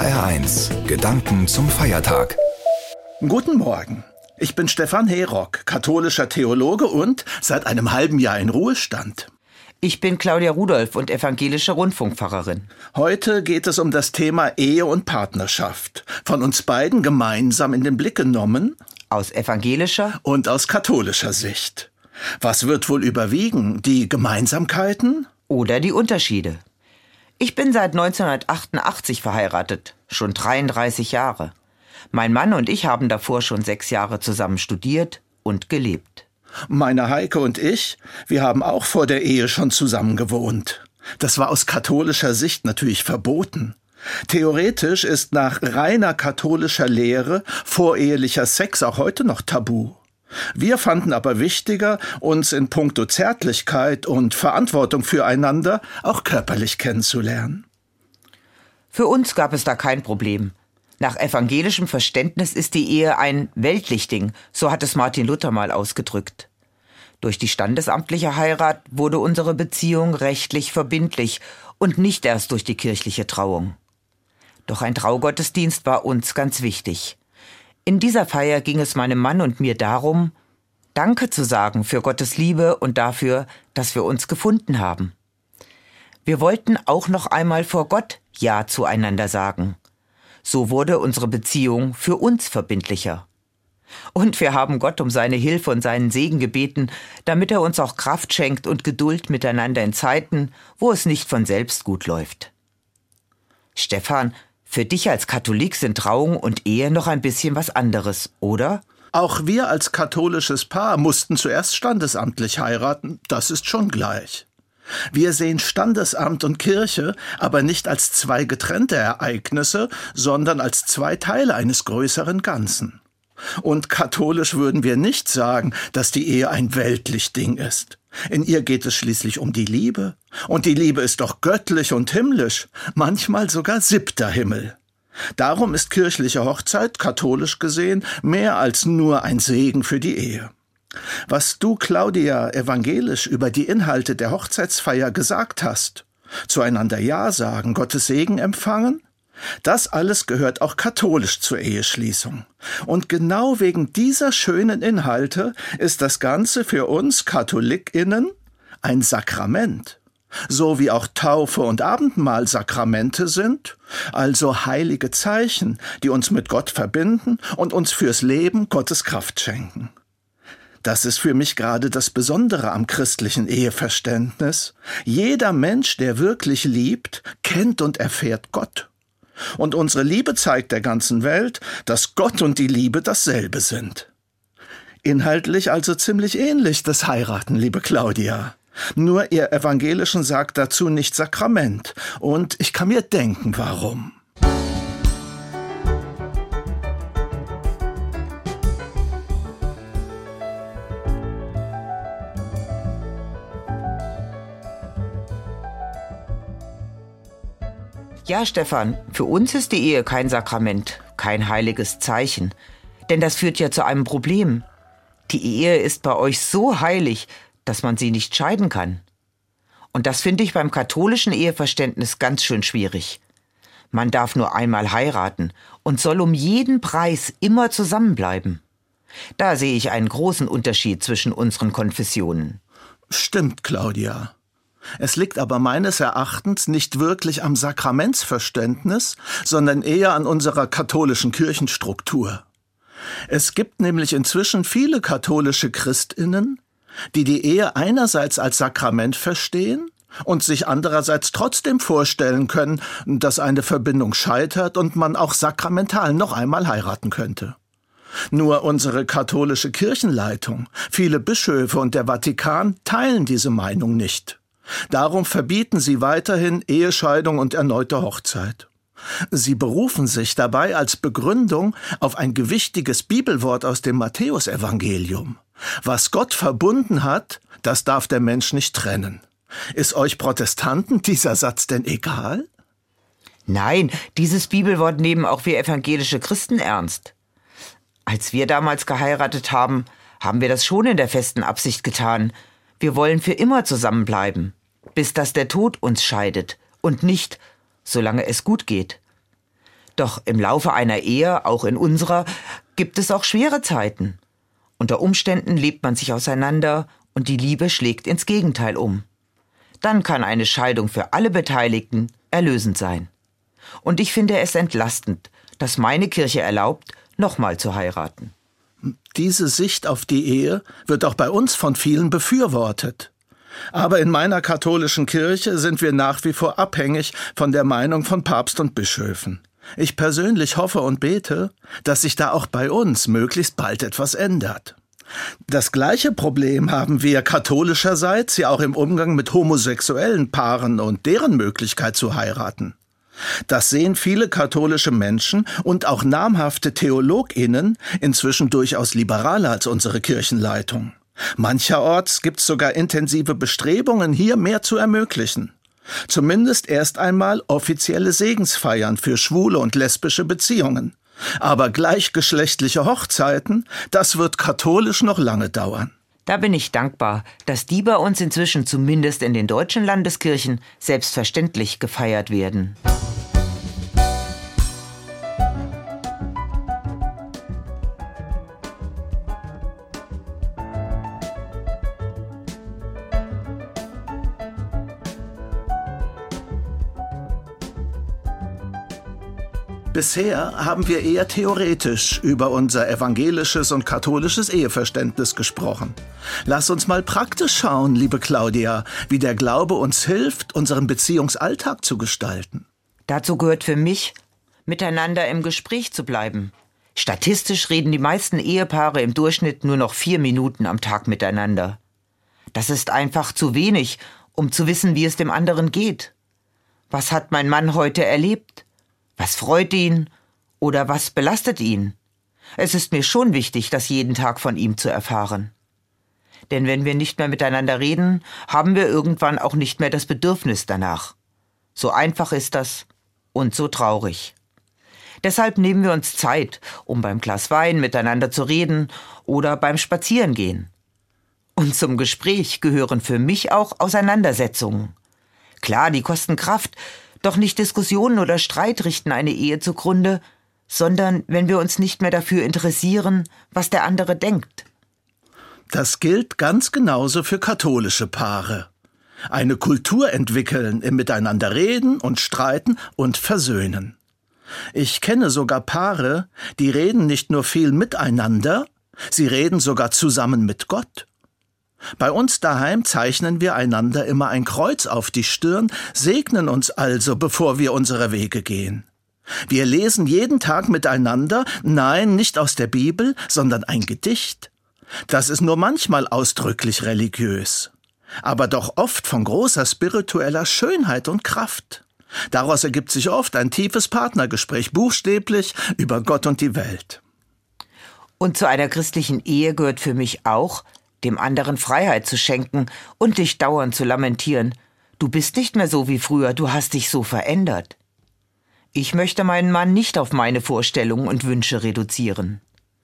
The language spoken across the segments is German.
HR1, Gedanken zum Feiertag. Guten Morgen. Ich bin Stefan Herock, katholischer Theologe und seit einem halben Jahr in Ruhestand. Ich bin Claudia Rudolph und evangelische Rundfunkpfarrerin. Heute geht es um das Thema Ehe und Partnerschaft. Von uns beiden gemeinsam in den Blick genommen. Aus evangelischer und aus katholischer Sicht. Was wird wohl überwiegen? Die Gemeinsamkeiten? Oder die Unterschiede? Ich bin seit 1988 verheiratet, schon 33 Jahre. Mein Mann und ich haben davor schon 6 Jahre zusammen studiert und gelebt. Meine Heike und ich, wir haben auch vor der Ehe schon zusammen gewohnt. Das war aus katholischer Sicht natürlich verboten. Theoretisch ist nach reiner katholischer Lehre vorehelicher Sex auch heute noch tabu. Wir fanden aber wichtiger, uns in puncto Zärtlichkeit und Verantwortung füreinander auch körperlich kennenzulernen. Für uns gab es da kein Problem. Nach evangelischem Verständnis ist die Ehe ein Weltlichding, so hat es Martin Luther mal ausgedrückt. Durch die standesamtliche Heirat wurde unsere Beziehung rechtlich verbindlich und nicht erst durch die kirchliche Trauung. Doch ein Traugottesdienst war uns ganz wichtig. In dieser Feier ging es meinem Mann und mir darum, Danke zu sagen für Gottes Liebe und dafür, dass wir uns gefunden haben. Wir wollten auch noch einmal vor Gott Ja zueinander sagen. So wurde unsere Beziehung für uns verbindlicher. Und wir haben Gott um seine Hilfe und seinen Segen gebeten, damit er uns auch Kraft schenkt und Geduld miteinander in Zeiten, wo es nicht von selbst gut läuft. Stefan, für dich als Katholik sind Trauung und Ehe noch ein bisschen was anderes, oder? Auch wir als katholisches Paar mussten zuerst standesamtlich heiraten, das ist schon gleich. Wir sehen Standesamt und Kirche aber nicht als 2 getrennte Ereignisse, sondern als 2 Teile eines größeren Ganzen. Und katholisch würden wir nicht sagen, dass die Ehe ein Weltlichding ist. In ihr geht es schließlich um die Liebe. Und die Liebe ist doch göttlich und himmlisch, manchmal sogar 7. Himmel. Darum ist kirchliche Hochzeit, katholisch gesehen, mehr als nur ein Segen für die Ehe. Was du, Claudia, evangelisch über die Inhalte der Hochzeitsfeier gesagt hast, zueinander Ja sagen, Gottes Segen empfangen, das alles gehört auch katholisch zur Eheschließung. Und genau wegen dieser schönen Inhalte ist das Ganze für uns KatholikInnen ein Sakrament. So wie auch Taufe und Abendmahl Sakramente sind, also heilige Zeichen, die uns mit Gott verbinden und uns fürs Leben Gottes Kraft schenken. Das ist für mich gerade das Besondere am christlichen Eheverständnis. Jeder Mensch, der wirklich liebt, kennt und erfährt Gott. Und unsere Liebe zeigt der ganzen Welt, dass Gott und die Liebe dasselbe sind. Inhaltlich also ziemlich ähnlich das Heiraten, liebe Claudia. Nur ihr Evangelischen sagt dazu nicht Sakrament. Und ich kann mir denken, warum. Ja, Stefan, für uns ist die Ehe kein Sakrament, kein heiliges Zeichen. Denn das führt ja zu einem Problem. Die Ehe ist bei euch so heilig, dass man sie nicht scheiden kann. Und das finde ich beim katholischen Eheverständnis ganz schön schwierig. Man darf nur einmal heiraten und soll um jeden Preis immer zusammenbleiben. Da sehe ich einen großen Unterschied zwischen unseren Konfessionen. Stimmt, Claudia. Es liegt aber meines Erachtens nicht wirklich am Sakramentsverständnis, sondern eher an unserer katholischen Kirchenstruktur. Es gibt nämlich inzwischen viele katholische ChristInnen, die die Ehe einerseits als Sakrament verstehen und sich andererseits trotzdem vorstellen können, dass eine Verbindung scheitert und man auch sakramental noch einmal heiraten könnte. Nur unsere katholische Kirchenleitung, viele Bischöfe und der Vatikan teilen diese Meinung nicht. Darum verbieten sie weiterhin Ehescheidung und erneute Hochzeit. Sie berufen sich dabei als Begründung auf ein gewichtiges Bibelwort aus dem Matthäusevangelium. Was Gott verbunden hat, das darf der Mensch nicht trennen. Ist euch Protestanten dieser Satz denn egal? Nein, dieses Bibelwort nehmen auch wir evangelische Christen ernst. Als wir damals geheiratet haben, haben wir das schon in der festen Absicht getan. Wir wollen für immer zusammenbleiben, bis dass der Tod uns scheidet und nicht, solange es gut geht. Doch im Laufe einer Ehe, auch in unserer, gibt es auch schwere Zeiten. Unter Umständen lebt man sich auseinander und die Liebe schlägt ins Gegenteil um. Dann kann eine Scheidung für alle Beteiligten erlösend sein. Und ich finde es entlastend, dass meine Kirche erlaubt, nochmal zu heiraten. Diese Sicht auf die Ehe wird auch bei uns von vielen befürwortet. Aber in meiner katholischen Kirche sind wir nach wie vor abhängig von der Meinung von Papst und Bischöfen. Ich persönlich hoffe und bete, dass sich da auch bei uns möglichst bald etwas ändert. Das gleiche Problem haben wir katholischerseits ja auch im Umgang mit homosexuellen Paaren und deren Möglichkeit zu heiraten. Das sehen viele katholische Menschen und auch namhafte TheologInnen inzwischen durchaus liberaler als unsere Kirchenleitung. Mancherorts gibt es sogar intensive Bestrebungen, hier mehr zu ermöglichen. Zumindest erst einmal offizielle Segensfeiern für schwule und lesbische Beziehungen. Aber gleichgeschlechtliche Hochzeiten, das wird katholisch noch lange dauern. Da bin ich dankbar, dass die bei uns inzwischen zumindest in den deutschen Landeskirchen selbstverständlich gefeiert werden. Bisher haben wir eher theoretisch über unser evangelisches und katholisches Eheverständnis gesprochen. Lass uns mal praktisch schauen, liebe Claudia, wie der Glaube uns hilft, unseren Beziehungsalltag zu gestalten. Dazu gehört für mich, miteinander im Gespräch zu bleiben. Statistisch reden die meisten Ehepaare im Durchschnitt nur noch 4 Minuten am Tag miteinander. Das ist einfach zu wenig, um zu wissen, wie es dem anderen geht. Was hat mein Mann heute erlebt? Was freut ihn oder was belastet ihn? Es ist mir schon wichtig, das jeden Tag von ihm zu erfahren. Denn wenn wir nicht mehr miteinander reden, haben wir irgendwann auch nicht mehr das Bedürfnis danach. So einfach ist das und so traurig. Deshalb nehmen wir uns Zeit, um beim Glas Wein miteinander zu reden oder beim Spazierengehen. Und zum Gespräch gehören für mich auch Auseinandersetzungen. Klar, die kosten Kraft, doch nicht Diskussionen oder Streit richten eine Ehe zugrunde, sondern wenn wir uns nicht mehr dafür interessieren, was der andere denkt. Das gilt ganz genauso für katholische Paare. Eine Kultur entwickeln im Miteinander reden und streiten und versöhnen. Ich kenne sogar Paare, die reden nicht nur viel miteinander, sie reden sogar zusammen mit Gott. Bei uns daheim zeichnen wir einander immer ein Kreuz auf die Stirn, segnen uns also, bevor wir unsere Wege gehen. Wir lesen jeden Tag miteinander, nein, nicht aus der Bibel, sondern ein Gedicht. Das ist nur manchmal ausdrücklich religiös, aber doch oft von großer spiritueller Schönheit und Kraft. Daraus ergibt sich oft ein tiefes Partnergespräch, buchstäblich über Gott und die Welt. Und zu einer christlichen Ehe gehört für mich auch, dem anderen Freiheit zu schenken und nicht dauernd zu lamentieren. Du bist nicht mehr so wie früher, du hast dich so verändert. Ich möchte meinen Mann nicht auf meine Vorstellungen und Wünsche reduzieren.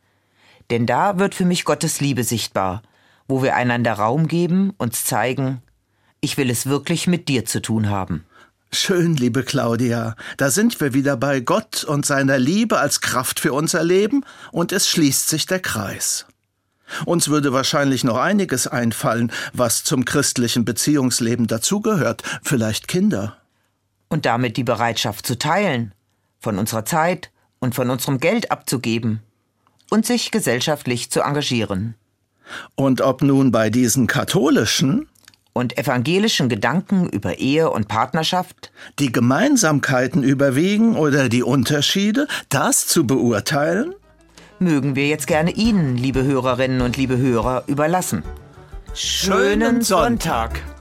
Denn da wird für mich Gottes Liebe sichtbar, wo wir einander Raum geben, uns zeigen, ich will es wirklich mit dir zu tun haben. Schön, liebe Claudia, da sind wir wieder bei Gott und seiner Liebe als Kraft für unser Leben und es schließt sich der Kreis. Uns würde wahrscheinlich noch einiges einfallen, was zum christlichen Beziehungsleben dazugehört, vielleicht Kinder. Und damit die Bereitschaft zu teilen, von unserer Zeit und von unserem Geld abzugeben und sich gesellschaftlich zu engagieren. Und ob nun bei diesen katholischen und evangelischen Gedanken über Ehe und Partnerschaft die Gemeinsamkeiten überwiegen oder die Unterschiede, das zu beurteilen, mögen wir jetzt gerne Ihnen, liebe Hörerinnen und liebe Hörer, überlassen. Schönen Sonntag!